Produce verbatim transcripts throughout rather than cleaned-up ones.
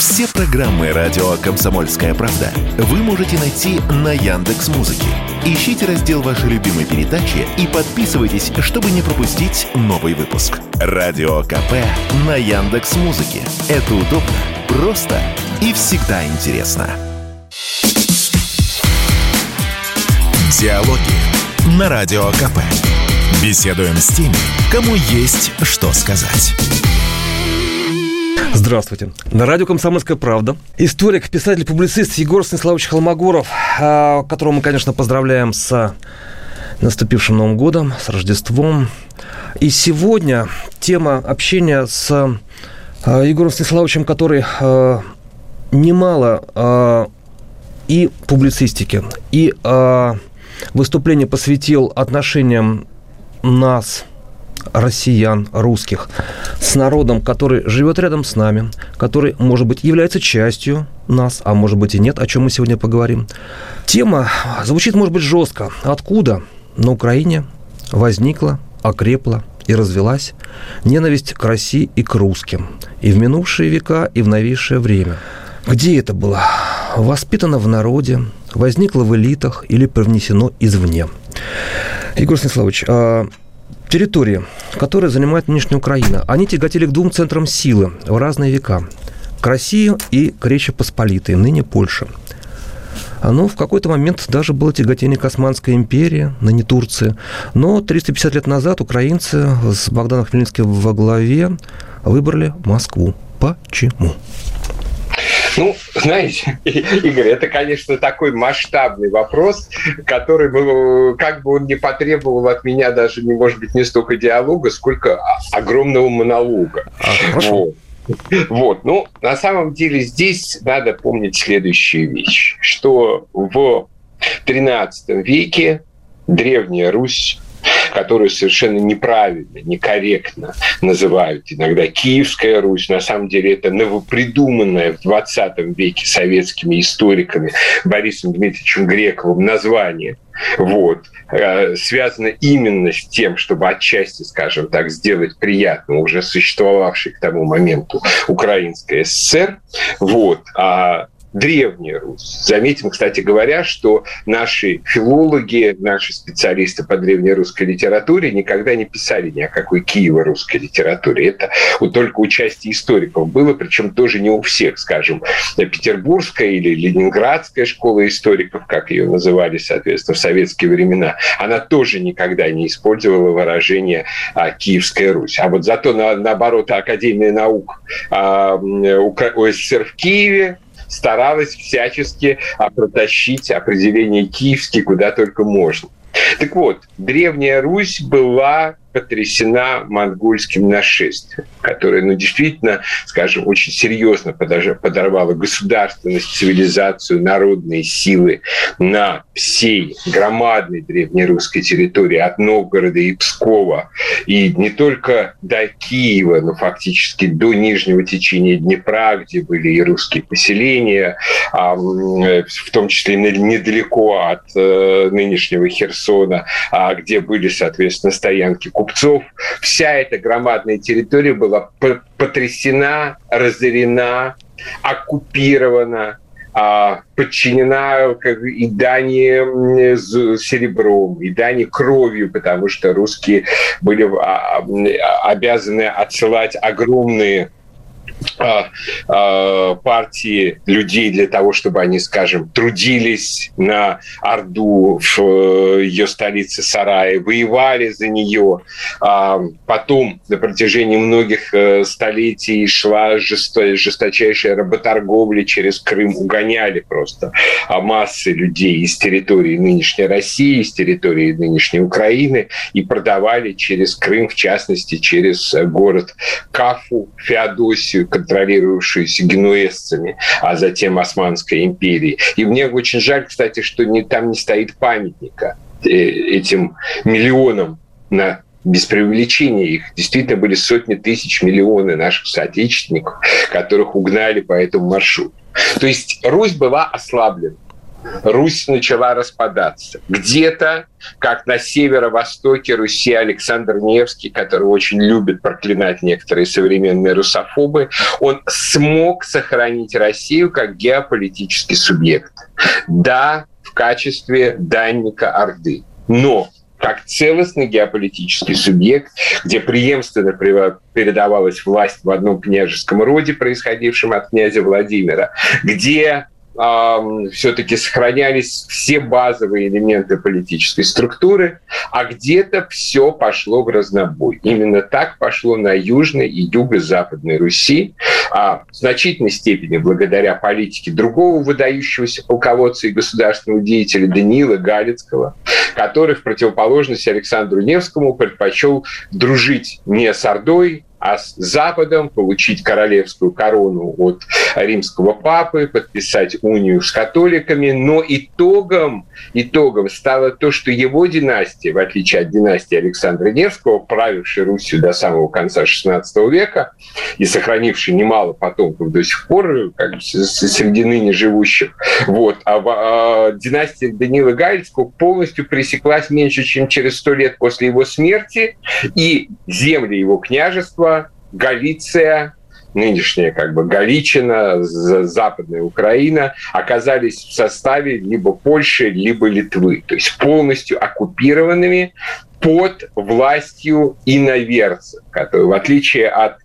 Все программы радио «Комсомольская правда» вы можете найти на Яндекс.Музыке. Ищите раздел вашей любимой передачи и подписывайтесь, чтобы не пропустить новый выпуск. Радио КП на Яндекс.Музыке. Это удобно, просто и всегда интересно. Диалоги на Радио КП. Беседуем с теми, кому есть что сказать. Здравствуйте. На радио «Комсомольская правда» историк, писатель, публицист Егор Станиславович Холмогоров, которого мы, конечно, поздравляем с наступившим Новым годом, с Рождеством. И сегодня тема общения с Егором Станиславовичем, который немало и публицистики, и выступление посвятил отношениям нас, россиян, русских, с народом, который живет рядом с нами, который, может быть, является частью нас, а может быть и нет, о чем мы сегодня поговорим. Тема звучит, может быть, жестко. Откуда на Украине возникла, окрепла и развелась ненависть к России и к русским и в минувшие века, и в новейшее время? Где это было? Воспитано в народе, возникло в элитах или привнесено извне? Егор Станиславович, территории, которые занимает нынешняя Украина, они тяготели к двум центрам силы в разные века. К России и к Речи Посполитой, ныне Польше. Но в какой-то момент даже было тяготение к Османской империи, ныне Турции. Но триста пятьдесят лет назад украинцы с Богданом Хмельницким во главе выбрали Москву. Почему? Ну, знаете, Игорь, это, конечно, такой масштабный вопрос, который, был, как бы он ни потребовал от меня даже, не может быть, не столько диалога, сколько огромного монолога. А, вот. Вот. Ну, на самом деле здесь надо помнить следующую вещь, что в тринадцатом веке Древняя Русь, которую совершенно неправильно, некорректно называют иногда Киевская Русь. На самом деле это новопридуманное в двадцатом веке советскими историками Борисом Дмитриевичем Грековым название. Вот. Связано именно с тем, чтобы отчасти, скажем так, сделать приятно уже существовавшей к тому моменту Украинской ССР. Вот. А Древняя Русь. Заметим, кстати говоря, что наши филологи, наши специалисты по древнерусской литературе никогда не писали ни о какой киево-русской литературе. Это вот только участие историков было, причем тоже не у всех, скажем, Петербургская или Ленинградская школа историков, как ее называли, соответственно, в советские времена, она тоже никогда не использовала выражение а, «Киевская Русь». А вот зато, на, наоборот, Академия наук а, УССР в Киеве старалась всячески протащить определение «киевский» куда только можно. Так вот, Древняя Русь была потрясена монгольским нашествием, которое, ну, действительно, скажем, очень серьезно подорвало государственность, цивилизацию, народные силы на всей громадной древнерусской территории от Новгорода и Пскова, и не только до Киева, но фактически до нижнего течения Днепра, где были и русские поселения, в том числе недалеко от нынешнего Херсона, где были, соответственно, стоянки купцов. Вся эта громадная территория была потрясена, разорена, оккупирована, подчинена и дани серебром, и дани кровью, потому что русские были обязаны отсылать огромные партии людей для того, чтобы они, скажем, трудились на Орду в ее столице Сарае, воевали за нее. Потом на протяжении многих столетий шла жесточайшая работорговля через Крым, угоняли просто массы людей из территории нынешней России, из территории нынешней Украины и продавали через Крым, в частности, через город Кафу, Феодосию, контролирующуюся генуэзцами, а затем Османской империей. И мне очень жаль, кстати, что не, там не стоит памятника этим миллионам, на, без преувеличения их. Действительно были сотни тысяч, миллионы наших соотечественников, которых угнали по этому маршруту. То есть Русь была ослаблена. Русь начала распадаться. Где-то, как на северо-востоке Руси Александр Невский, который очень любит проклинать некоторые современные русофобы, он смог сохранить Россию как геополитический субъект. Да, в качестве данника Орды. Но как целостный геополитический субъект, где преемственно передавалась власть в одном княжеском роде, происходившем от князя Владимира, где э, все-таки сохранялись все базовые элементы политической структуры, а где-то все пошло в разнобой. Именно так пошло на Южной и Юго-Западной Руси, а в значительной степени благодаря политике другого выдающегося полководца и государственного деятеля Даниила Галицкого, который в противоположность Александру Невскому предпочел дружить не с Ордой, а с Западом, получить королевскую корону от римского папы, подписать унию с католиками. Но итогом, итогом стало то, что его династия, в отличие от династии Александра Невского, правившей Русью до самого конца шестнадцатого века и сохранившей немало потомков до сих пор, как среди ныне живущих, вот, а, а династия Даниила Галицкого полностью пресеклась меньше, чем через сто лет после его смерти, и земли его княжества, Галиция, нынешняя как бы Галичина, Западная Украина, оказались в составе либо Польши, либо Литвы, то есть полностью оккупированными под властью иноверцев, которые, в отличие от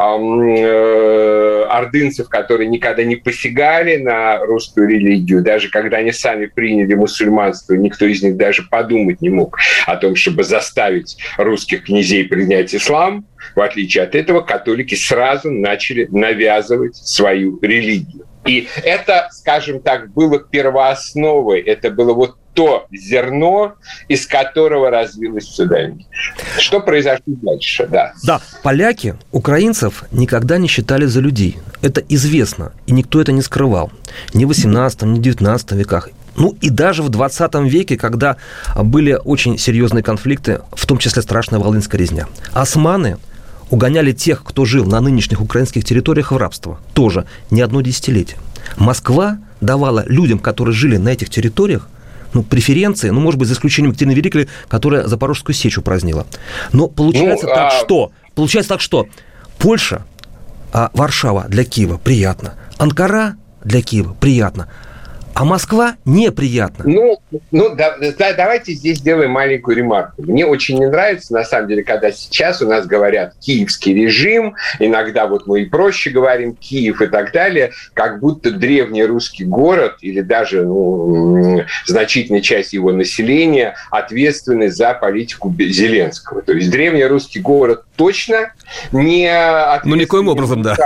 э, ордынцев, которые никогда не посягали на русскую религию, даже когда они сами приняли мусульманство, никто из них даже подумать не мог о том, чтобы заставить русских князей принять ислам. В отличие от этого, католики сразу начали навязывать свою религию. И это, скажем так, было первоосновой, это было вот то зерно, из которого развилось все дальше. Что произошло дальше? Да. Да, поляки украинцев никогда не считали за людей. Это известно, и никто это не скрывал. Ни в восемнадцатом, ни в девятнадцатом веках. Ну и даже в двадцатом веке, когда были очень серьезные конфликты, в том числе страшная Волынская резня. Османы угоняли тех, кто жил на нынешних украинских территориях, в рабство. Тоже не одно десятилетие. Москва давала людям, которые жили на этих территориях, ну, преференции, ну, может быть, за исключением Екатерины Великой, которая Запорожскую сечь упразднила. Но получается ну, так, а... что? Получается так, что Польша, а Варшава для Киева приятно, Анкара для Киева приятно, а Москва неприятно. Ну, ну да, да, давайте здесь сделаем маленькую ремарку. Мне очень не нравится, на самом деле, когда сейчас у нас говорят «киевский режим», иногда вот мы и проще говорим «Киев» и так далее, как будто древний русский город или даже ну, значительная часть его населения ответственны за политику Зеленского. То есть древний русский город точно не ответственен. Ну, никоим образом, да.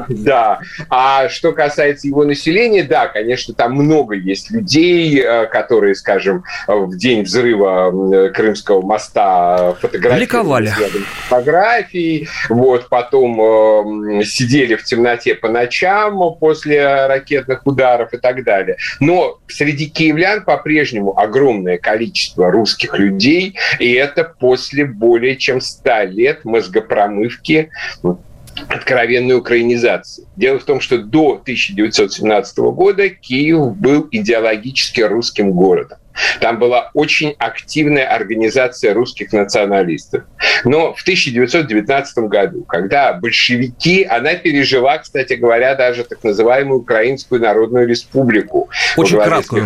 Да. А что касается его населения, да, конечно, там много есть людей, которые, скажем, в день взрыва Крымского моста фотографировали фотографии, вот, потом э, сидели в темноте по ночам после ракетных ударов и так далее. Но среди киевлян по-прежнему огромное количество русских людей, и это после более чем ста лет мозгопромывки, откровенной украинизации. Дело в том, что до тысяча девятьсот семнадцатого года Киев был идеологически русским городом. Там была очень активная организация русских националистов. Но в тысяча девятьсот девятнадцатом году, когда большевики, она пережила, кстати говоря, даже так называемую Украинскую Народную Республику. Очень краткую.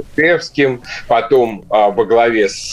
С потом а, во главе с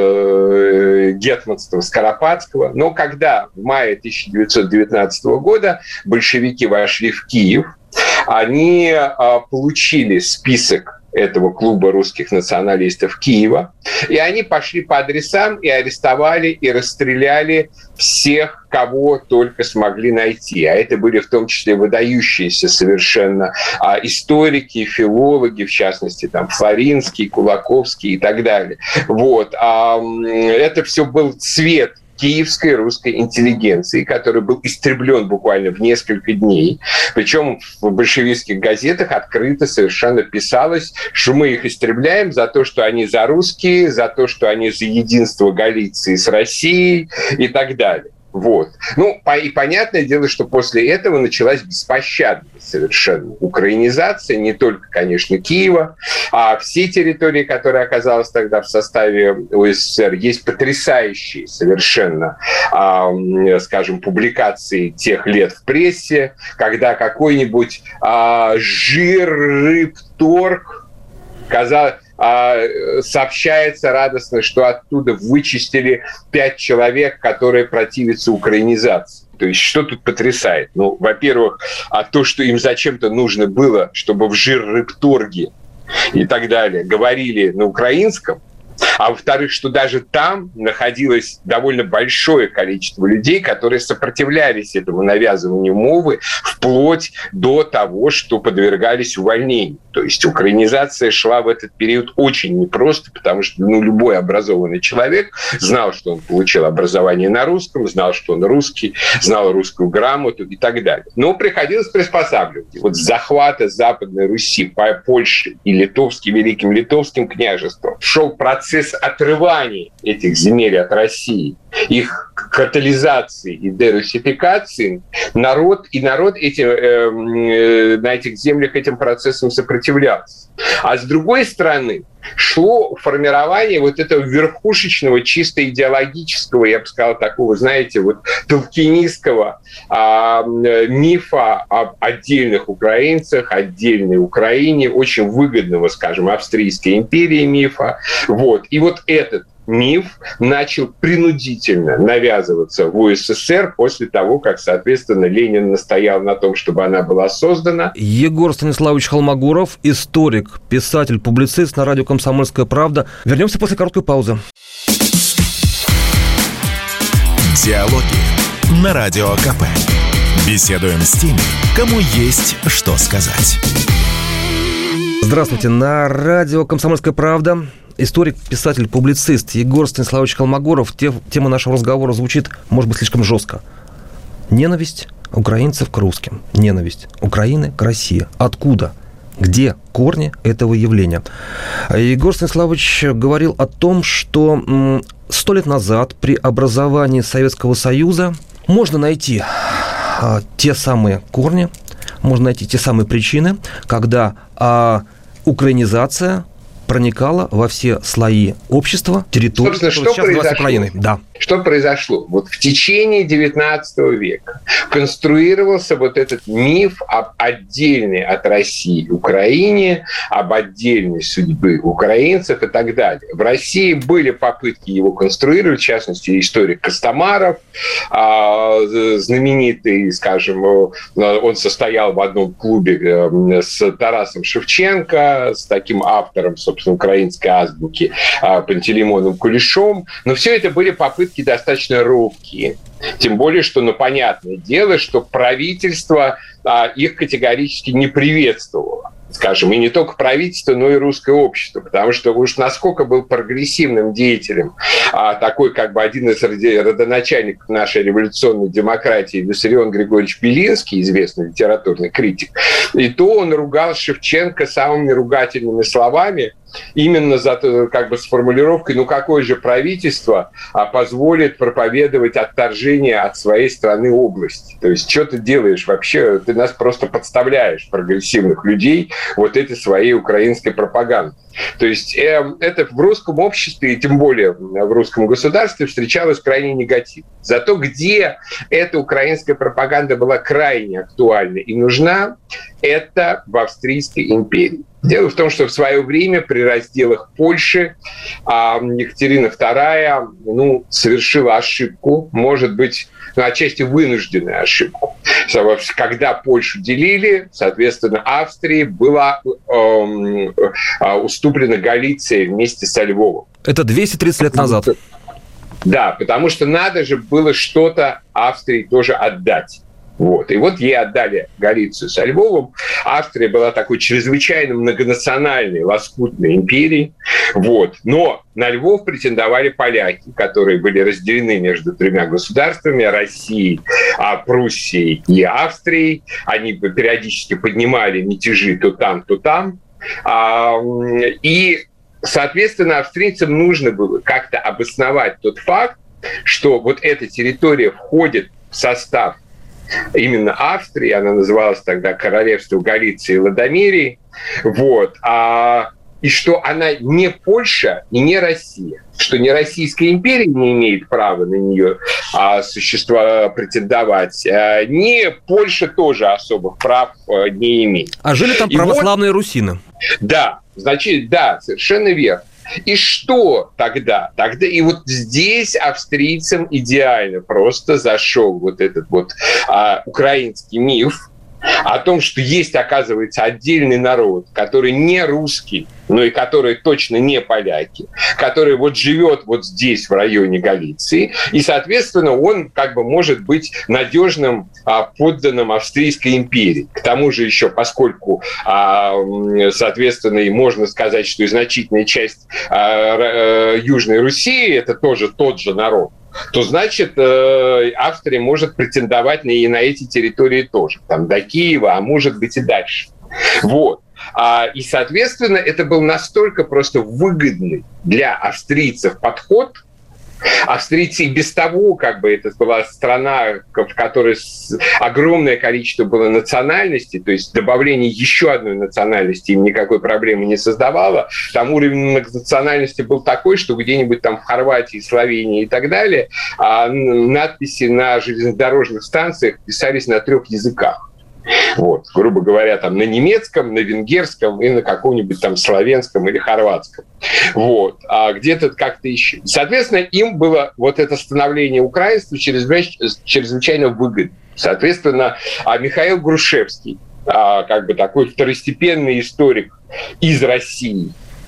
э, гетманством Скоропадского. Но когда в мае тысяча девятьсот девятнадцатого года большевики вошли в Киев, они а, получили список этого клуба русских националистов Киева, и они пошли по адресам и арестовали и расстреляли всех, кого только смогли найти. А это были в том числе выдающиеся совершенно а, историки, филологи, в частности, там, Флоринский, Кулаковский и так далее. Вот. А, это все был цвет киевской русской интеллигенции, который был истреблен буквально в несколько дней. Причем в большевистских газетах открыто совершенно писалось, что мы их истребляем за то, что они за русские, за то, что они за единство Галиции с Россией и так далее. Вот. Ну, и понятное дело, что после этого началась беспощадная совершенно украинизация, не только, конечно, Киева, а все территории, которые оказалась тогда в составе УССР. Есть потрясающие совершенно, скажем, публикации тех лет в прессе, когда какой-нибудь Жиррыбторг казалось, сообщается радостно, что оттуда вычистили пять человек, которые противятся украинизации. То есть что тут потрясает? Ну, во-первых, а то, что им зачем-то нужно было, чтобы в Жиррыбторге и так далее говорили на украинском, а во-вторых, что даже там находилось довольно большое количество людей, которые сопротивлялись этому навязыванию мовы вплоть до того, что подвергались увольнению. То есть украинизация шла в этот период очень непросто, потому что ну, любой образованный человек знал, что он получил образование на русском, знал, что он русский, знал русскую грамоту и так далее. Но приходилось приспосабливать. Вот с захвата Западной Руси, Польши и Литовским, Великим Литовским княжеством шел процесс Процесс отрывания этих земель от России, их катализации и дерусификации, народ и народ этим, э, э, на этих землях этим процессом сопротивлялся. А с другой стороны, шло формирование вот этого верхушечного, чисто идеологического, я бы сказал, такого, знаете, вот толкинистского а, мифа об отдельных украинцах, отдельной Украине, очень выгодного, скажем, Австрийской империи мифа. Вот. И вот этот миф начал принудительно навязываться в УССР после того, как, соответственно, Ленин настоял на том, чтобы она была создана. Егор Станиславович Холмогоров, историк, писатель, публицист на радио «Комсомольская правда». Вернемся после короткой паузы. Диалоги на Радио КП. Беседуем с теми, кому есть что сказать. Здравствуйте. На радио «Комсомольская правда» историк, писатель, публицист Егор Станиславович Холмогоров. Тема нашего разговора звучит, может быть, слишком жестко. Ненависть украинцев к русским. Ненависть Украины к России. Откуда? Где корни этого явления? Егор Станиславович говорил о том, что сто лет назад при образовании Советского Союза можно найти те самые корни, можно найти те самые причины, когда украинизация проникала во все слои общества, территории, собственно, что сейчас называется Украиной. Да. Что произошло? Вот в течение девятнадцатого века конструировался вот этот миф об отдельной от России Украине, об отдельной судьбе украинцев и так далее. В России были попытки его конструировать, в частности, историк Костомаров, знаменитый, скажем, он состоял в одном клубе с Тарасом Шевченко, с таким автором, собственно, украинской азбуки Пантелеймоном Кулешом. Но все это были попытки достаточно робкие. Тем более, что, ну, понятное дело, что правительство а, их категорически не приветствовало. Скажем, и не только правительство, но и русское общество, потому что уж насколько был прогрессивным деятелем, а, такой как бы один из родоначальников нашей революционной демократии Виссарион Григорьевич Белинский, известный литературный критик, и то он ругал Шевченко самыми ругательными словами, именно за, как бы, с формулировкой, ну какое же правительство а, позволит проповедовать отторжение от своей страны области. То есть, что ты делаешь вообще? Ты нас просто подставляешь, прогрессивных людей, вот этой своей украинской пропагандой. То есть, э, это в русском обществе, и тем более в русском государстве, встречалось крайне негативно. Зато где эта украинская пропаганда была крайне актуальна и нужна, это в Австрийской империи. Дело в том, что в свое время при разделах Польши Екатерина вторая ну, совершила ошибку, может быть, ну, отчасти вынужденную ошибку. Когда Польшу делили, соответственно, Австрии была э, уступлена Галиция вместе со Львовом. Это двести тридцать лет назад. Да, потому что надо же было что-то Австрии тоже отдать. Вот. И вот ей отдали Галицию со Львовом. Австрия была такой чрезвычайно многонациональной, лоскутной империей. Вот. Но на Львов претендовали поляки, которые были разделены между тремя государствами – Россией, Пруссией и Австрией. Они периодически поднимали мятежи то там, то там. И, соответственно, австрийцам нужно было как-то обосновать тот факт, что вот эта территория входит в состав именно Австрии, она называлась тогда Королевство Галиции и Лодомерии, вот, а, и что она не Польша и не Россия, что не Российская империя не имеет права на нее а, существо, претендовать, а, не Польша тоже особых прав а, не имеет. А жили там и православные вот, русины. Да, значит, да, совершенно верно. И что тогда? Тогда и вот здесь австрийцам идеально просто зашел вот этот вот а, украинский миф о том, что есть, оказывается, отдельный народ, который не русский, но и который точно не поляки, который вот живет вот здесь, в районе Галиции, и, соответственно, он как бы может быть надежным а, подданным Австрийской империи. К тому же еще, поскольку, а, соответственно, и можно сказать, что и значительная часть а, а, Южной Руси – это тоже тот же народ, то, значит, Австрия может претендовать на, и на эти территории тоже, там, до Киева, а может быть и дальше. Вот. И, соответственно, это был настолько просто выгодный для австрийцев подход. Австрийцы и без того, как бы это была страна, в которой огромное количество было национальностей, то есть добавление еще одной национальности им никакой проблемы не создавало. Там уровень национальности был такой, что где-нибудь там в Хорватии, Словении и так далее надписи на железнодорожных станциях писались на трех языках. Вот, грубо говоря, там на немецком, на венгерском и на каком-нибудь там славянском или хорватском. Вот, а где-то как-то еще. Соответственно, им было вот это становление украинства чрезвычайно, чрезвычайно выгодно. Соответственно, Михаил Грушевский, как бы такой второстепенный историк из России,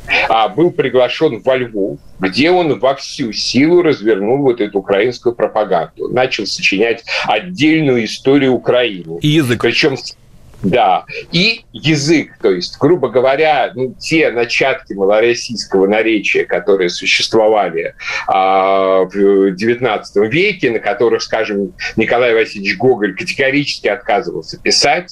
был приглашен во Львов, где он во всю силу развернул вот эту украинскую пропаганду. Начал сочинять отдельную историю Украины. И язык. Причем, да, и язык. То есть, грубо говоря, ну, те начатки малороссийского наречия, которые существовали а, в девятнадцатом веке, на которых, скажем, Николай Васильевич Гоголь категорически отказывался писать,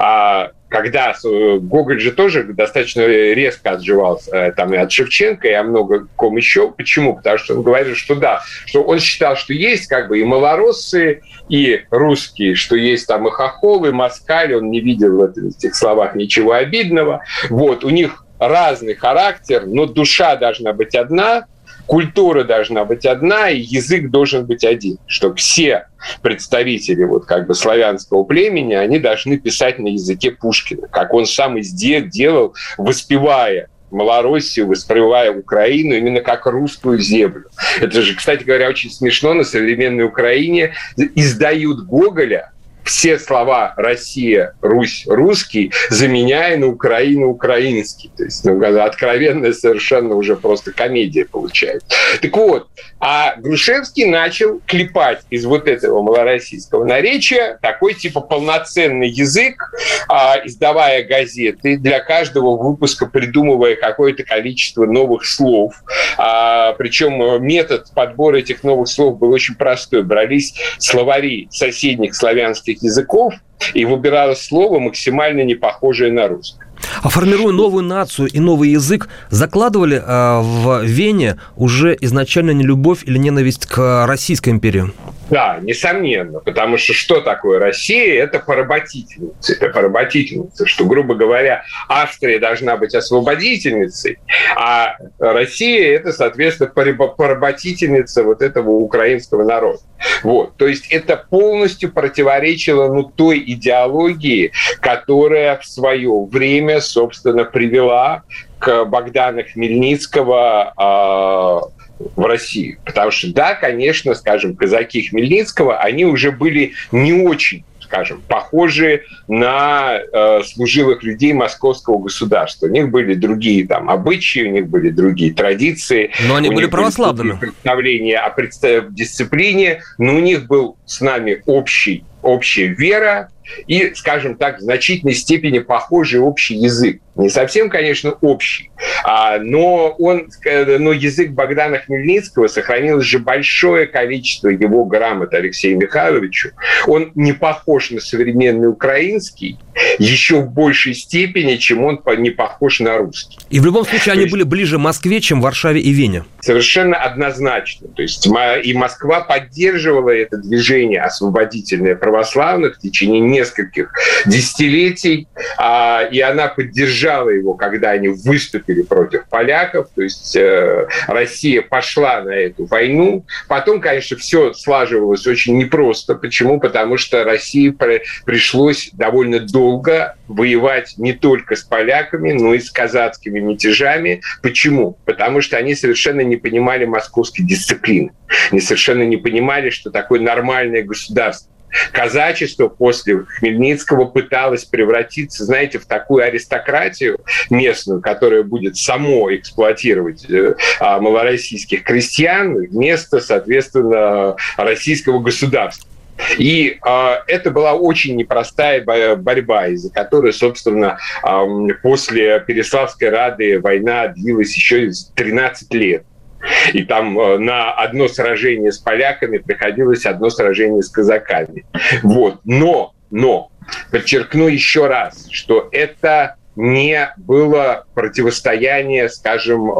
а, когда Гоголь же тоже достаточно резко отживался там и от Шевченко, и о много ком еще. Почему? Потому что он говорил, что да, что он считал, что есть как бы и малороссы, и русские, что есть там и хохол, и москаль. Он не видел в этих словах ничего обидного. Вот, у них разный характер, но душа должна быть одна, культура должна быть одна, и язык должен быть один, что все представители вот как бы славянского племени, они должны писать на языке Пушкина, как он сам и делал, воспевая Малороссию, воспевая Украину именно как русскую землю. Это же, кстати говоря, очень смешно, на современной Украине издают Гоголя, все слова «Россия», «Русь», «русский», заменяя на «Украина», «украинский». То есть, ну, откровенная совершенно уже просто комедия получается. Так вот, а Грушевский начал клепать из вот этого малороссийского наречия такой типа полноценный язык, а, издавая газеты, для каждого выпуска придумывая какое-то количество новых слов. А, причем метод подбора этих новых слов был очень простой. Брались словари соседних славянских языков, и выбиралось слово, максимально не похожее на русское. А формируя новую нацию и новый язык, закладывали э, в Вене уже изначально нелюбовь или ненависть к Российской империи? Да, несомненно, потому что что такое Россия? Это поработительница. Это поработительница, что, грубо говоря, Австрия должна быть освободительницей, а Россия – это, соответственно, поработительница вот этого украинского народа. Вот. То есть это полностью противоречило ну, той идеологии, которая в свое время, собственно, привела к Богдана Хмельницкого э, в Россию. Потому что, да, конечно, скажем, казаки Хмельницкого, они уже были не очень, скажем, похожи на э, служилых людей московского государства. У них были другие там обычаи, у них были другие традиции. Но они были православными. Представления о представ... дисциплине, но у них был с нами общий общая вера и, скажем так, в значительной степени похожий общий язык. Не совсем, конечно, общий, а, но, он, но язык Богдана Хмельницкого сохранилось же большое количество его грамот Алексею Михайловичу. Он не похож на современный украинский еще в большей степени, чем он не похож на русский. И в любом случае они были ближе Москве, чем Варшаве и Вене. Совершенно однозначно. То есть и Москва поддерживала это движение освободительное православных в течение нескольких десятилетий, и она поддержала его, когда они выступили против поляков, то есть э, Россия пошла на эту войну. Потом, конечно, все слаживалось очень непросто. Почему? Потому что России при, пришлось довольно долго воевать не только с поляками, но и с казацкими мятежами. Почему? Потому что они совершенно не понимали московской дисциплины. Они совершенно не понимали, что такое нормальное государство. Казачество после Хмельницкого пыталось превратиться, знаете, в такую аристократию местную, которая будет само эксплуатировать э, малороссийских крестьян вместо, соответственно, российского государства. И э, это была очень непростая борьба, из-за которой, собственно, э, после Переславской Рады война длилась еще тринадцать лет. И там на одно сражение с поляками приходилось одно сражение с казаками. Вот. Но, но, подчеркну еще раз, что это не было противостояние, скажем,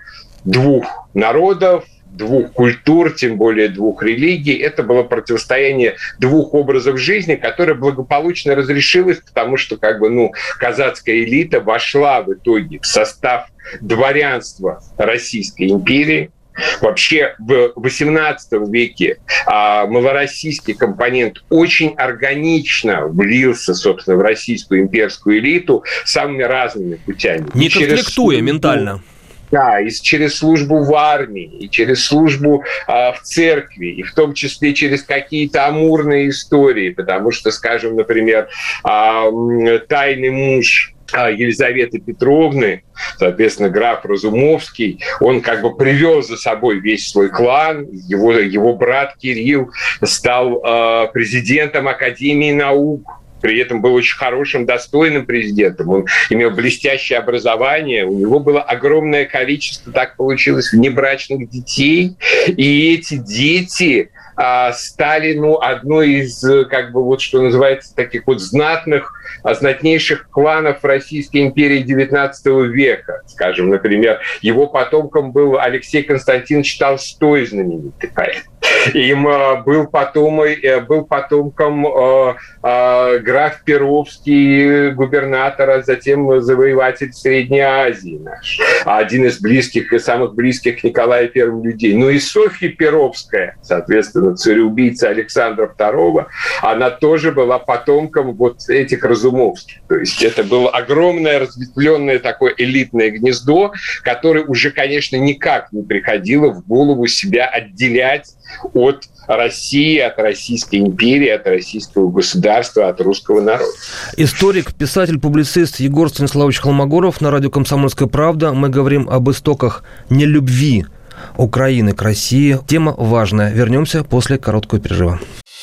двух народов, двух культур, тем более двух религий. Это было противостояние двух образов жизни, которое благополучно разрешилось, потому что как бы, ну, казацкая элита вошла в итоге в состав дворянства Российской империи. Вообще в восемнадцатом веке а, малороссийский компонент очень органично влился, собственно, в российскую имперскую элиту самыми разными путями. Не конфликтуя через... ментально. Да, и через службу в армии, и через службу а, в церкви, и в том числе через какие-то амурные истории, потому что, скажем, например, а, тайный муж Елизаветы Петровны, соответственно, граф Разумовский, он как бы привел за собой весь свой клан. Его, его брат Кирилл стал э, президентом Академии наук. При этом был очень хорошим, достойным президентом. Он имел блестящее образование. У него было огромное количество, так получилось, внебрачных детей. И эти дети а, стали, ну, одной из, как бы, вот что называется, таких вот знатных, знатнейших кланов Российской империи девятнадцатого века. Скажем, например, его потомком был Алексей Константинович Толстой, знаменитый поэт. Им был, потом, был потомком э, э, граф Перовский, губернатор, а затем завоеватель Средней Азии наш. Один из близких и самых близких к Николаю Первому людей. Ну и Софья Перовская, соответственно, цареубийца Александра Второго, она тоже была потомком вот этих Разумовских. То есть это было огромное, разветвленное такое элитное гнездо, которое уже, конечно, никак не приходило в голову себя отделять от России, от Российской империи, от российского государства, от русского народа. Историк, писатель, публицист Егор Станиславович Холмогоров на радио «Комсомольская правда». Мы говорим об истоках нелюбви Украины к России. Тема важная. Вернемся после короткого перерыва.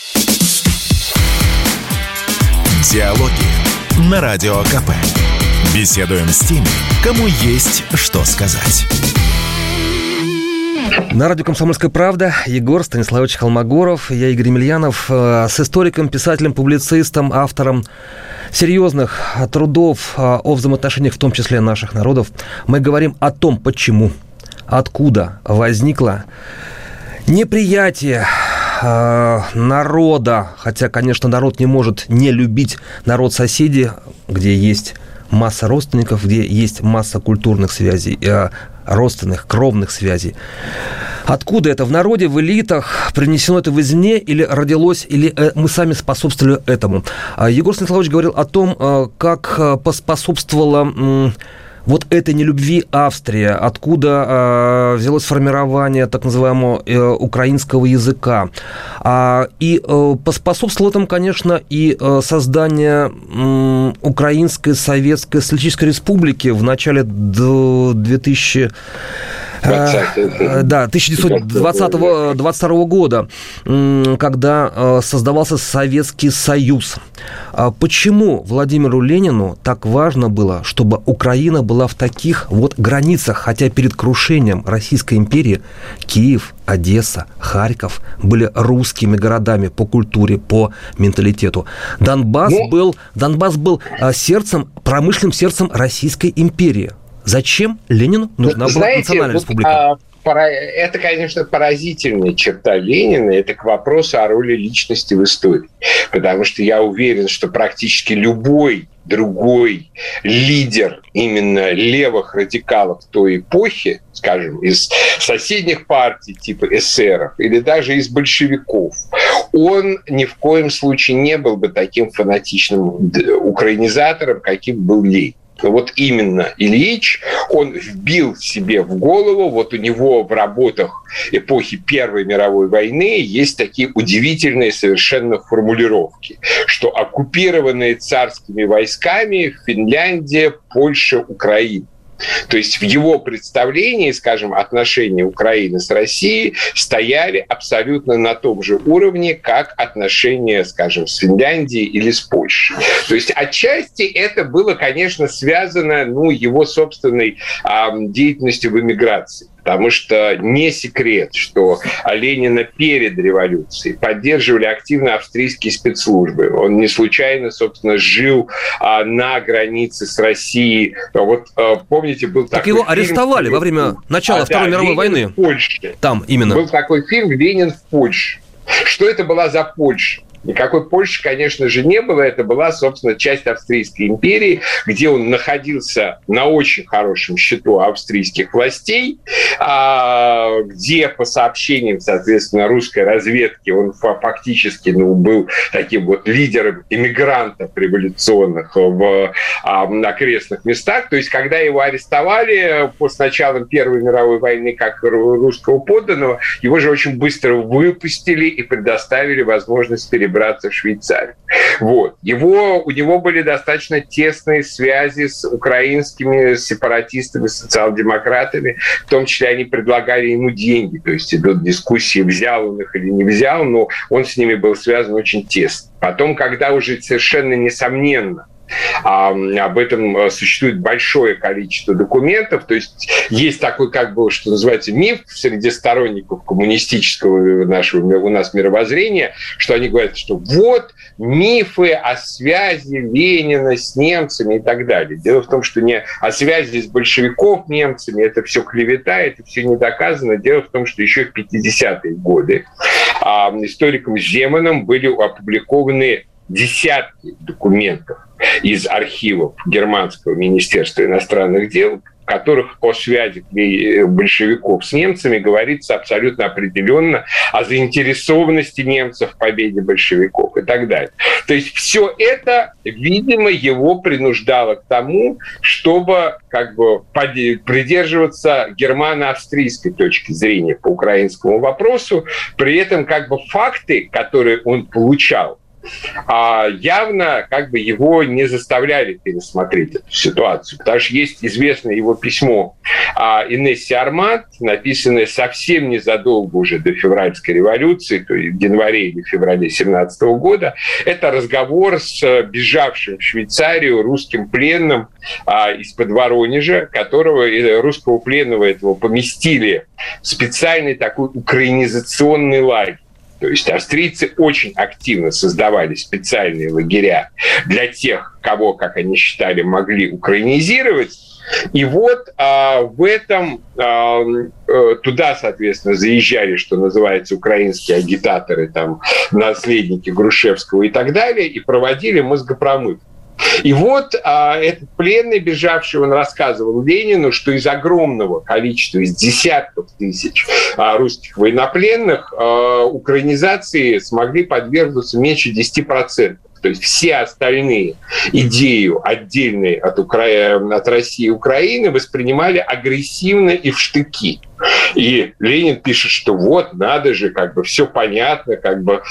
Диалоги на Радио КП. Беседуем с теми, кому есть что сказать. На радио «Комсомольская правда» Егор Станиславович Холмогоров, я Игорь Емельянов, с историком, писателем, публицистом, автором серьезных трудов о взаимоотношениях, в том числе наших народов. Мы говорим о том, почему, откуда возникло неприятие народа, хотя, конечно, народ не может не любить народ соседей, где есть масса родственников, где есть масса культурных связей, родственных, кровных связей. Откуда это в народе, в элитах? Принесено это в извне или родилось, или мы сами способствовали этому? Егор Станиславович говорил о том, как поспособствовала вот этой нелюбви Австрия, откуда взялось формирование так называемого украинского языка. И поспособствовало этому, конечно, и создание Украинской Советской Социалистической Республики в начале две тысячи Да, тысяча девятьсот двадцать второго года, когда создавался Советский Союз. Почему Владимиру Ленину так важно было, чтобы Украина была в таких вот границах, хотя перед крушением Российской империи Киев, Одесса, Харьков были русскими городами по культуре, по менталитету. Донбасс ну, был, Донбасс был сердцем, промышленным сердцем Российской империи. Зачем Ленину нужна была Знаете, национальная вот, республика? А, это, конечно, поразительная черта Ленина. Это к вопросу о роли личности в истории. Потому что я уверен, что практически любой другой лидер именно левых радикалов той эпохи, скажем, из соседних партий типа эсеров или даже из большевиков, он ни в коем случае не был бы таким фанатичным украинизатором, каким был Ленин. Вот именно Ильич, он вбил себе в голову, вот у него в работах эпохи Первой мировой войны есть такие удивительные совершенно формулировки, что оккупированные царскими войсками Финляндия, Польша, Украина. То есть в его представлении, скажем, отношения Украины с Россией стояли абсолютно на том же уровне, как отношения, скажем, с Финляндией или с Польшей. То есть отчасти это было, конечно, связано, ну, его собственной э, деятельностью в эмиграции. Потому что не секрет, что Ленина перед революцией поддерживали активно австрийские спецслужбы. Он не случайно, собственно, жил а, на границе с Россией. Вот а, помните, был так такой его фильм, арестовали во время начала а, Второй да, мировой Ленин войны. В Польше. Там именно. Был такой фильм «Ленин в Польше». Что это была за Польша? Никакой Польши, конечно же, не было. Это была, собственно, часть Австрийской империи, где он находился на очень хорошем счету австрийских властей, где, по сообщениям, соответственно, русской разведки, он фактически ну, был таким вот лидером иммигрантов революционных в окрестных местах. То есть, когда его арестовали с началом Первой мировой войны как русского подданного, его же очень быстро выпустили и предоставили возможность перебраться браться в Швейцарию. Вот. Его, у него были достаточно тесные связи с украинскими сепаратистами, социал-демократами. В том числе они предлагали ему деньги. То есть идут дискуссии, взял он их или не взял, но он с ними был связан очень тесно. Потом, когда уже совершенно несомненно А, об этом существует большое количество документов. То есть есть такой, как бы, что называется, миф среди сторонников коммунистического нашего у нас мировоззрения, что они говорят, что вот мифы о связи Ленина с немцами и так далее. Дело в том, что не о связи с большевиков немцами, это все клевета, это все не доказано. Дело в том, что еще в пятидесятые годы а, историком Земаном были опубликованы десятки документов из архивов Германского министерства иностранных дел, в которых о связи большевиков с немцами говорится абсолютно определенно, о заинтересованности немцев в победе большевиков и так далее. То есть все это, видимо, его принуждало к тому, чтобы как бы придерживаться германо-австрийской точки зрения по украинскому вопросу, при этом как бы факты, которые он получал, А явно как бы его не заставляли пересмотреть эту ситуацию. Потому что есть известное его письмо Инессе Арманд, написанное совсем незадолго уже до февральской революции, то есть в январе или феврале семнадцатого года. Это разговор с бежавшим в Швейцарию русским пленным из-под Воронежа, которого, русского пленного этого поместили в специальный такой украинизационный лагерь. То есть австрийцы очень активно создавали специальные лагеря для тех, кого, как они считали, могли украинизировать. И вот а, в этом а, туда, соответственно, заезжали, что называется, украинские агитаторы, там, наследники Грушевского и так далее, и проводили мозгопромывку. И вот а, этот пленный, бежавший, он рассказывал Ленину, что из огромного количества, из десятков тысяч а, русских военнопленных а, украинизации смогли подвергнуться меньше десяти процентов. То есть все остальные идею, отдельные от, Укра... от России и Украины, воспринимали агрессивно и в штыки. И Ленин пишет, что вот, надо же, как бы все понятно, как бы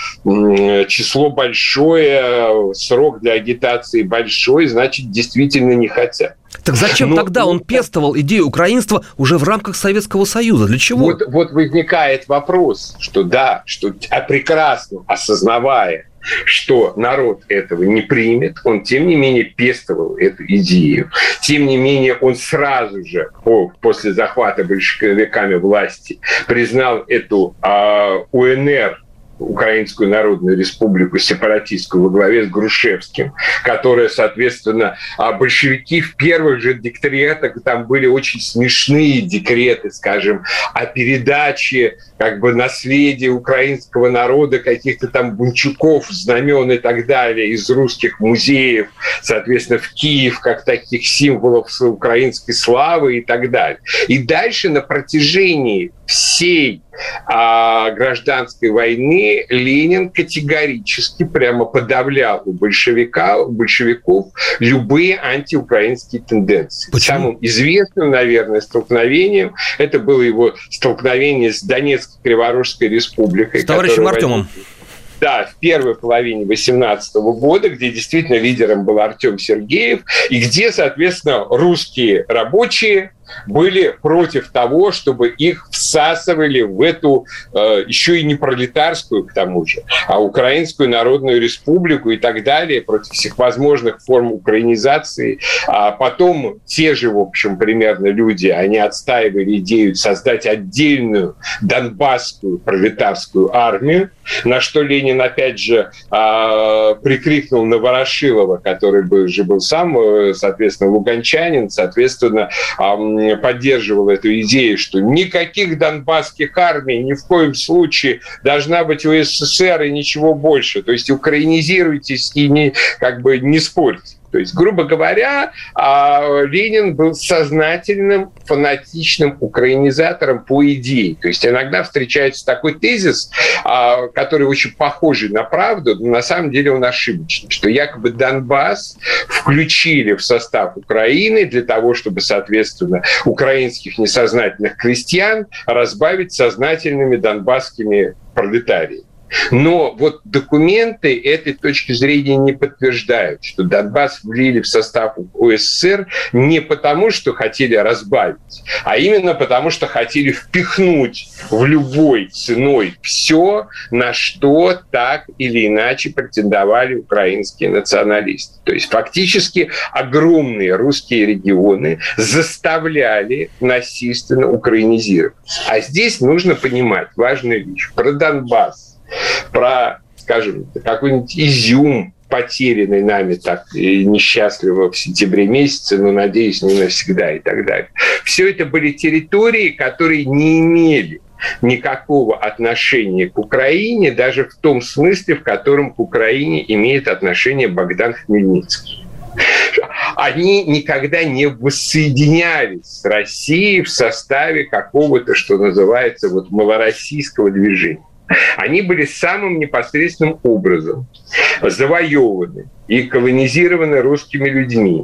число большое, срок для агитации большой, значит, действительно не хотят. Так зачем Но, тогда он пестовал идею украинства уже в рамках Советского Союза? Для чего? Вот, вот возникает вопрос, что да, что а прекрасно осознавая, что народ этого не примет, он, тем не менее, пестовал эту идею. Тем не менее, он сразу же, по, после захвата большевиками власти, признал эту э, УНР, Украинскую Народную Республику сепаратистскую во главе с Грушевским, которая, соответственно, большевики в первых же декретах, там были очень смешные декреты, скажем, о передаче как бы наследия украинского народа, каких-то там бунчуков, знамен и так далее из русских музеев, соответственно, в Киев, как таких символов украинской славы и так далее. И дальше на протяжении всей а, гражданской войны Ленин категорически прямо подавлял у большевика, у большевиков любые антиукраинские тенденции. Почему? Самым известным, наверное, столкновением это было его столкновение с Донецкой Криворожской республикой. С товарищем Артемом. Да, в первой половине восемнадцатого года, где действительно лидером был Артем Сергеев, и где, соответственно, русские рабочие были против того, чтобы их всасывали в эту э, еще и не пролетарскую, к тому же, а Украинскую Народную Республику и так далее, против всех возможных форм украинизации. А потом те же, в общем, примерно люди, они отстаивали идею создать отдельную донбасскую пролетарскую армию, на что Ленин, опять же, э, прикрикнул на Ворошилова, который был, же был сам, соответственно, луганчанин, соответственно, э, поддерживал эту идею, что никаких донбасских армий ни в коем случае должна быть у СССР и ничего больше. То есть украинизируйтесь и не, как бы не спорьте. То есть, грубо говоря, Ленин был сознательным, фанатичным украинизатором по идее. То есть иногда встречается такой тезис, который очень похожий на правду, но на самом деле он ошибочный, что якобы Донбасс включили в состав Украины для того, чтобы, соответственно, украинских несознательных крестьян разбавить сознательными донбасскими пролетариями. Но вот документы этой точки зрения не подтверждают, что Донбасс влили в состав УССР не потому, что хотели разбавить, а именно потому, что хотели впихнуть в любой ценой все, на что так или иначе претендовали украинские националисты. То есть фактически огромные русские регионы заставляли насильственно украинизировать. А здесь нужно понимать важную вещь. Про Донбасс, про, скажем, какой-нибудь Изюм, потерянный нами так несчастливо в сентябре месяце, но, надеюсь, не навсегда и так далее. Все это были территории, которые не имели никакого отношения к Украине, даже в том смысле, в котором к Украине имеет отношение Богдан Хмельницкий. Они никогда не воссоединялись с Россией в составе какого-то, что называется, вот, малороссийского движения. Они были самым непосредственным образом завоеваны и колонизированы русскими людьми,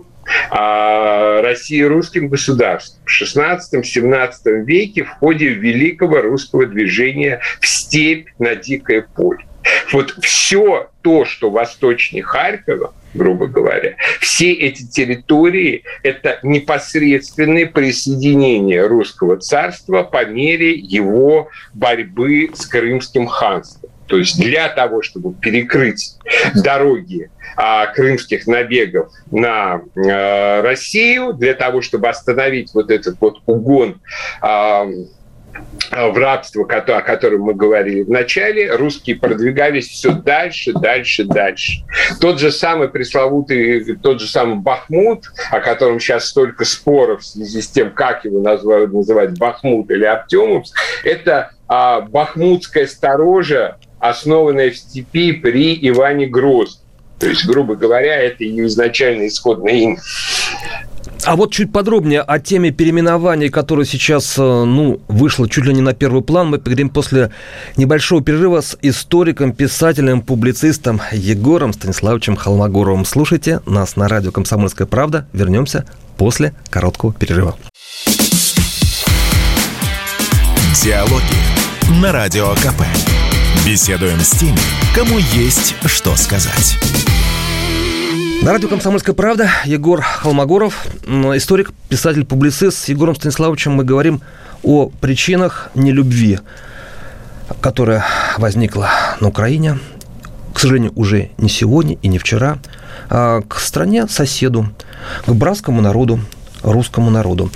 а Россией русским государством в шестнадцатом-семнадцатом веке в ходе великого русского движения в степь на дикое поле. Вот все то, что восточнее Харькова, грубо говоря, все эти территории – это непосредственное присоединение русского царства по мере его борьбы с Крымским ханством. То есть для того, чтобы перекрыть дороги а, крымских набегов на а, Россию, для того, чтобы остановить вот этот вот угон а, в рабство, о котором мы говорили в начале, русские продвигались все дальше, дальше, дальше. Тот же самый пресловутый, тот же самый Бахмут, о котором сейчас столько споров в связи с тем, как его называют, называть Бахмут или Артемовск, это а, бахмутская сторожа, основанная в степи при Иване Грозном. То есть, грубо говоря, это ее изначально исходное имя. А вот чуть подробнее о теме переименований, которая сейчас, ну, вышла чуть ли не на первый план, мы поговорим после небольшого перерыва с историком, писателем, публицистом Егором Станиславовичем Холмогоровым. Слушайте нас на радио «Комсомольская правда». Вернемся после короткого перерыва. Диалоги на Радио КП. Беседуем с теми, кому есть что сказать. На радио «Комсомольская правда» Егор Холмогоров, историк, писатель, публицист. С Егором Станиславовичем мы говорим о причинах нелюбви, которая возникла на Украине, к сожалению, уже не сегодня и не вчера, а к стране-соседу, к братскому народу, русскому народу.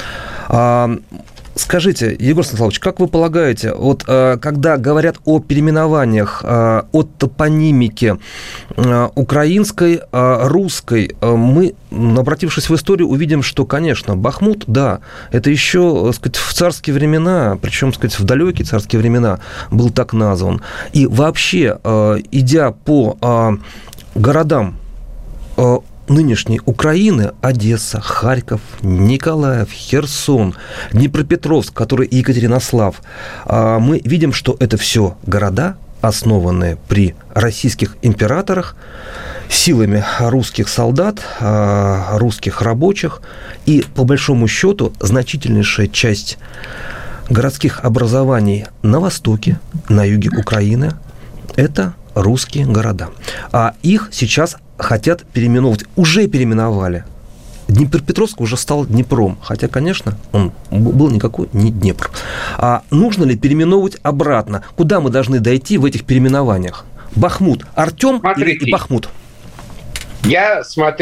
Скажите, Егор Станиславович, как вы полагаете, вот когда говорят о переименованиях, о топонимике украинской, русской, мы, обратившись в историю, увидим, что, конечно, Бахмут, да, это еще, так сказать, в царские времена, причем, так сказать, в далекие царские времена был так назван. И вообще, идя по городам нынешней Украины, Одесса, Харьков, Николаев, Херсон, Днепропетровск, который и Екатеринослав, мы видим, что это все города, основанные при российских императорах, силами русских солдат, русских рабочих, и, по большому счету, значительнейшая часть городских образований на востоке, на юге Украины – это русские города. А их сейчас хотят переименовывать. Уже переименовали. Днепропетровск уже стал Днепром. Хотя, конечно, он был никакой не Днепр. А нужно ли переименовывать обратно? Куда мы должны дойти в этих переименованиях? Бахмут. Артем или и Бахмут? Я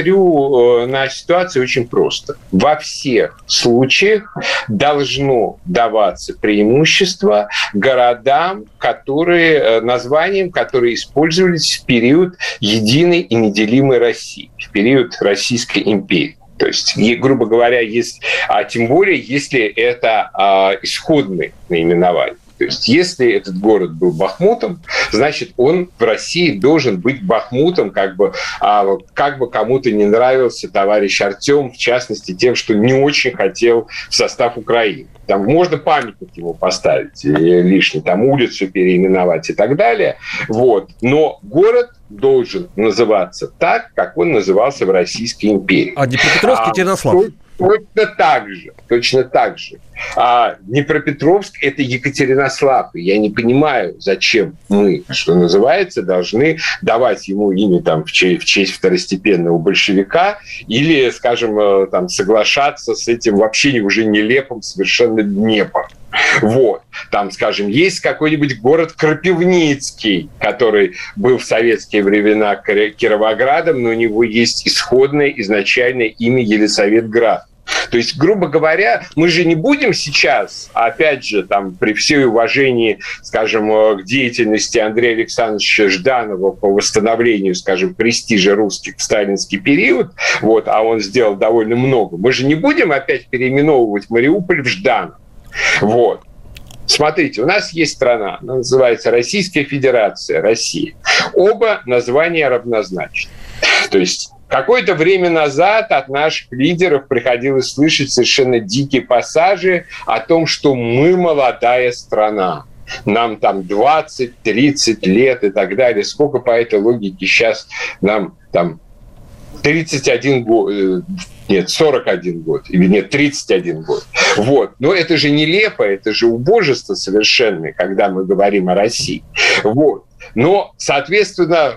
смотрю на ситуацию очень просто. Во всех случаях должно даваться преимущество городам, которые, названиям, которые использовались в период единой и неделимой России, в период Российской империи. То есть, грубо говоря, есть, а тем более, если это а, исходные наименования. То есть, если этот город был Бахмутом, значит, он в России должен быть Бахмутом, как бы, а, как бы кому-то не нравился товарищ Артем, в частности, тем, что не очень хотел в состав Украины. Там можно памятник ему поставить лишний, там улицу переименовать и так далее. Вот. Но город должен называться так, как он назывался в Российской империи. А Днепропетровск и Екатеринослав? Точно так же. Точно так же. А Днепропетровск – это Екатеринослав. И я не понимаю, зачем мы, что называется, должны давать ему имя там, в честь, в честь второстепенного большевика или, скажем, там, соглашаться с этим вообще уже нелепым совершенно Днепр. Вот. Там, скажем, есть какой-нибудь город Кропивницкий, который был в советские времена Кировоградом, но у него есть исходное, изначальное имя Елисаветград. То есть, грубо говоря, мы же не будем сейчас, опять же, там, при всей уважении, скажем, к деятельности Андрея Александровича Жданова по восстановлению, скажем, престижа русских в сталинский период, вот, а он сделал довольно много, мы же не будем опять переименовывать Мариуполь в Жданов. Вот. Смотрите, у нас есть страна, она называется Российская Федерация, Россия. Оба названия равнозначны. То есть какое-то время назад от наших лидеров приходилось слышать совершенно дикие пассажи о том, что мы молодая страна. Нам там двадцать-тридцать лет и так далее. Сколько по этой логике сейчас нам там тридцать один год... Нет, сорок один год. Или нет, тридцать один год. Вот. Но это же нелепо, это же убожество совершенное, когда мы говорим о России. Вот. Но, соответственно,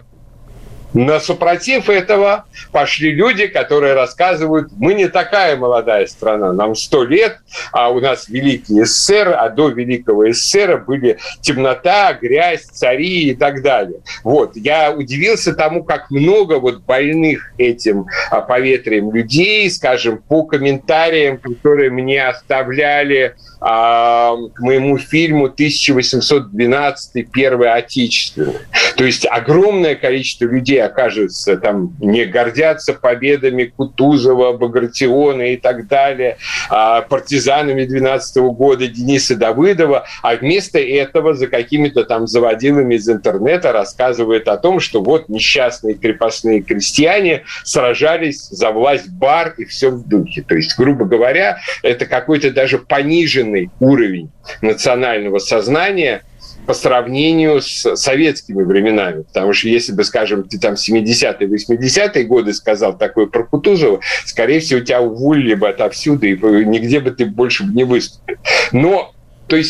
на супротив этого пошли люди, которые рассказывают, мы не такая молодая страна, нам сто лет, а у нас Великий СССР, а до Великого СССР были темнота, грязь, цари и так далее. Вот. Я удивился тому, как много вот больных этим поветрием людей, скажем, по комментариям, которые мне оставляли а, к моему фильму тысяча восемьсот двенадцатый «Первый Отечественный». То есть огромное количество людей, оказывается, там не гордятся победами Кутузова, Багратиона и так далее, партизанами двенадцатого года Дениса Давыдова, а вместо этого за какими-то там заводилами из интернета рассказывают о том, что вот несчастные крепостные крестьяне сражались за власть бар и все в духе. То есть, грубо говоря, это какой-то даже пониженный уровень национального сознания по сравнению с советскими временами. Потому что если бы, скажем, ты там семидесятые, восьмидесятые годы сказал такое про Кутузова, скорее всего, тебя уволили бы отовсюду, и нигде бы ты больше не выступил. Но, то есть,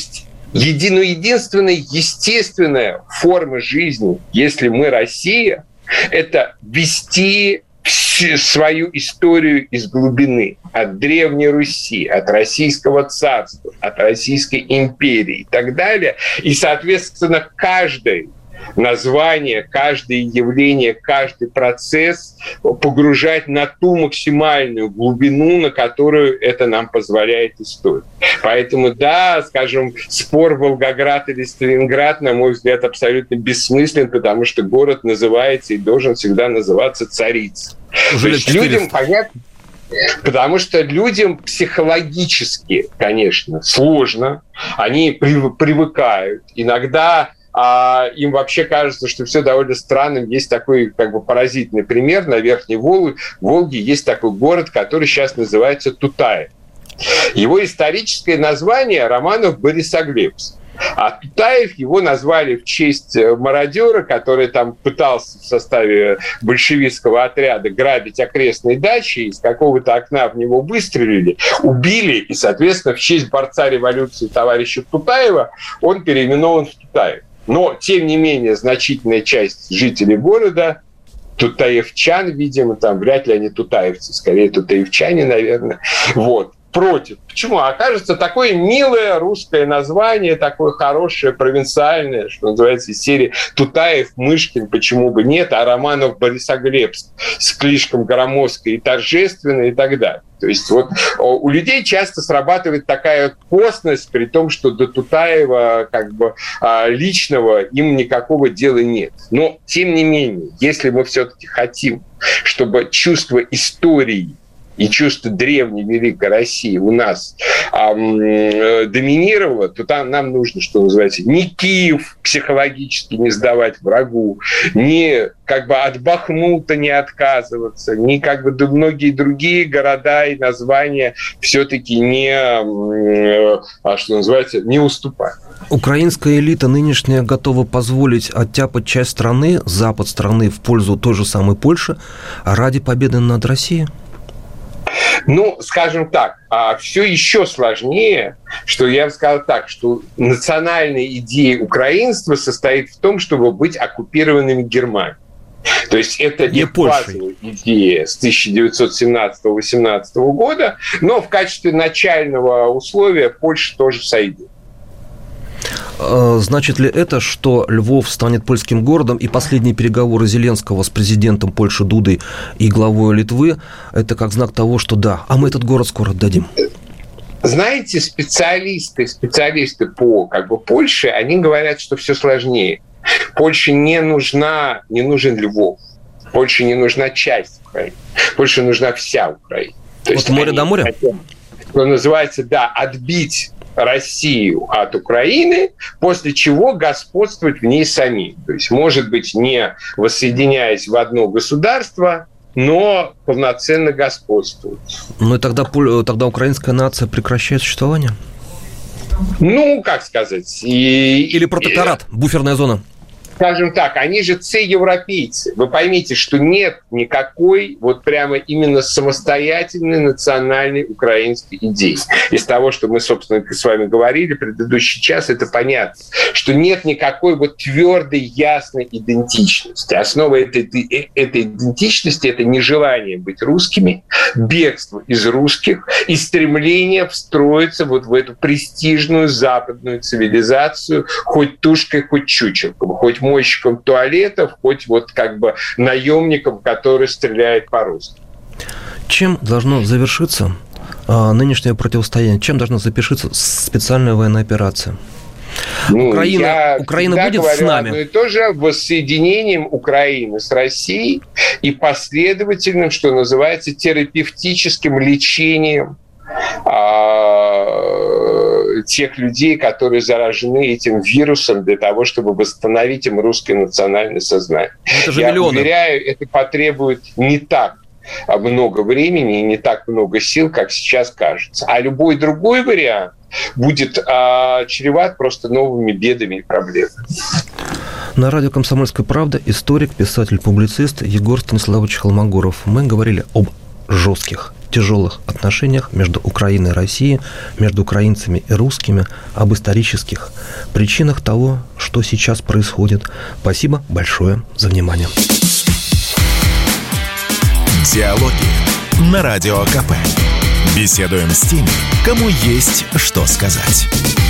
еди, ну, единственная естественная форма жизни, если мы Россия, это вести свою историю из глубины, от Древней Руси, от Российского царства, от Российской империи и так далее. И, соответственно, каждое название, каждое явление, каждый процесс погружать на ту максимальную глубину, на которую это нам позволяет история. Поэтому, да, скажем, спор Волгоград или Сталинград, на мой взгляд, абсолютно бессмыслен, потому что город называется и должен всегда называться Царица. То есть людям понятно, потому что людям психологически, конечно, сложно, они привыкают. Иногда а им вообще кажется, что все довольно странным. Есть такой как бы поразительный пример. На Верхней Волге, Волге есть такой город, который сейчас называется Тутаев. Его историческое название Романов-Борисоглебск. А Тутаев его назвали в честь мародера, который там пытался в составе большевистского отряда грабить окрестные дачи, из какого-то окна в него выстрелили, убили, и, соответственно, в честь борца революции товарища Тутаева он переименован в Тутаев. Но, тем не менее, значительная часть жителей города, тутаевчан, видимо, там вряд ли они тутаевцы, скорее тутаевчане, наверное, вот, против. Почему? Окажется такое милое русское название, такое хорошее, провинциальное, что называется, из серии Тутаев, Мышкин, почему бы нет, а Романов, Борисоглебск, слишком громоздко и торжественно и так далее. То есть вот у людей часто срабатывает такая косность, при том, что до Тутаева как бы личного им никакого дела нет. Но, тем не менее, если мы все-таки хотим, чтобы чувство истории и чувство древней великой России у нас э, доминировало, то там нам нужно, что называется, не Киев психологически не сдавать врагу, не как бы от Бахмута не отказываться, не как бы многие другие города и названия все-таки не, э, что называется, не уступать. Украинская элита нынешняя готова позволить оттяпать часть страны, запад страны в пользу той же самой Польши ради победы над Россией? Ну, скажем так, все еще сложнее, что я бы сказал так, что национальная идея украинства состоит в том, чтобы быть оккупированными Германией. То есть это не базовая идея с тысяча девятьсот семнадцатого — восемнадцатого года, но в качестве начального условия Польша тоже сойдет. Значит ли это, что Львов станет польским городом, и последние переговоры Зеленского с президентом Польши Дудой и главой Литвы – это как знак того, что да, а мы этот город скоро отдадим? Знаете, специалисты, специалисты по как бы, Польше, они говорят, что все сложнее. Польше не нужна, не нужен Львов. Польше не нужна часть Украины. Польше нужна вся Украина. То от моря до моря? Хотят, что называется, да, отбить Россию от Украины, после чего господствовать в ней самим. То есть, может быть, не воссоединяясь в одно государство, но полноценно господствовать. Ну и тогда, тогда украинская нация прекращает существование? Ну, как сказать... И, Или протекторат, и, буферная зона? Скажем так, они же европейцы. Вы поймите, что нет никакой вот прямо именно самостоятельной национальной украинской идеи. Из того, что мы, собственно, с вами говорили в предыдущий час, это понятно, что нет никакой вот твердой, ясной идентичности. Основа этой, этой, этой идентичности – это нежелание быть русскими, бегство из русских и стремление встроиться вот в эту престижную западную цивилизацию хоть тушкой, хоть чучелком, хоть мойщиком туалетов, хоть вот как бы наемником, который стреляет по-русски. Чем должно завершиться а, нынешнее противостояние? Чем должна завершиться специальная военная операция? Ну, Украина, Украина будет с нами? Одно и то же, воссоединением Украины с Россией и последовательным, что называется, терапевтическим лечением тех людей, которые заражены этим вирусом, для того, чтобы восстановить им русское национальное сознание. Это же Я миллионы. уверяю, это потребует не так много времени и не так много сил, как сейчас кажется. А любой другой вариант будет а, чреват просто новыми бедами и проблемами. На радио «Комсомольская правда» историк, писатель, публицист Егор Станиславович Холмогоров. Мы говорили об жестких тяжелых отношениях между Украиной и Россией, между украинцами и русскими, об исторических причинах того, что сейчас происходит. Спасибо большое за внимание. Диалоги на Радио ка пэ. Беседуем с теми, кому есть что сказать.